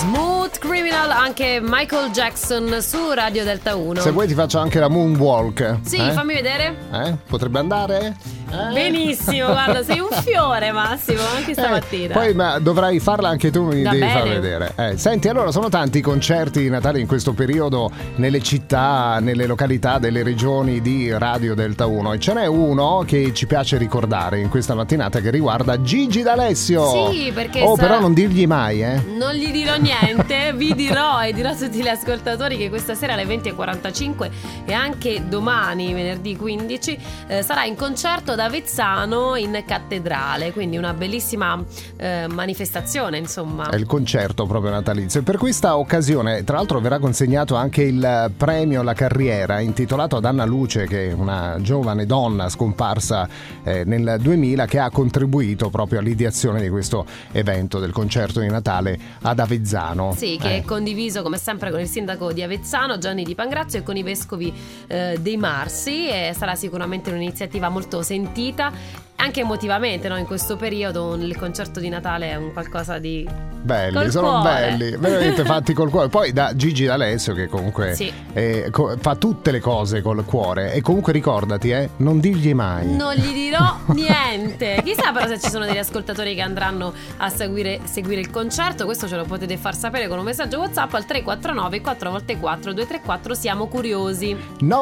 Smooth Criminal, anche Michael Jackson su Radio Delta 1. Se vuoi ti faccio anche la moonwalk. Sì, fammi vedere. Potrebbe andare? Benissimo, guarda, sei un fiore, Massimo, anche stamattina. Poi ma dovrai farla anche tu, mi Va devi bene. far vedere. Senti, allora sono tanti i concerti di Natale in questo periodo nelle città, nelle località delle regioni di Radio Delta 1 e ce n'è uno che ci piace ricordare in questa mattinata che riguarda Gigi D'Alessio. Sì, perché però non dirgli mai, Non gli dirò niente, vi dirò e dirò a tutti gli ascoltatori che questa sera alle 20:45 e anche domani, venerdì 15, sarà in concerto da Avezzano in cattedrale, quindi una bellissima manifestazione, insomma. È il concerto proprio natalizio e per questa occasione tra l'altro verrà consegnato anche il premio alla carriera intitolato ad Anna Luce, che è una giovane donna scomparsa nel 2000 che ha contribuito proprio all'ideazione di questo evento del concerto di Natale ad Avezzano. Sì, che è condiviso come sempre con il sindaco di Avezzano Gianni Di Pangrazio e con i vescovi dei Marsi, e sarà sicuramente un'iniziativa molto sentita anche emotivamente, no? In questo periodo il concerto di Natale è un qualcosa di belli, col sono cuore. belli, veramente fatti col cuore. Poi da Gigi D'Alessio che comunque sì. Fa tutte le cose col cuore e comunque ricordati, non digli mai. Non gli dirò niente. Chissà però se ci sono degli ascoltatori che andranno a seguire il concerto. Questo ce lo potete far sapere con un messaggio WhatsApp al 349 4x4 234. Siamo curiosi.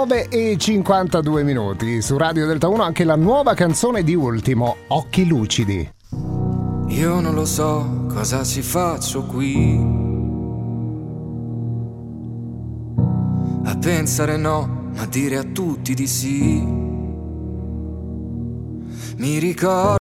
9:52 su Radio Delta 1 anche la nuova canzone di Ultimo, Occhi Lucidi. Io non lo so cosa ci faccio qui, a pensare no, ma dire a tutti di sì. Mi ricordo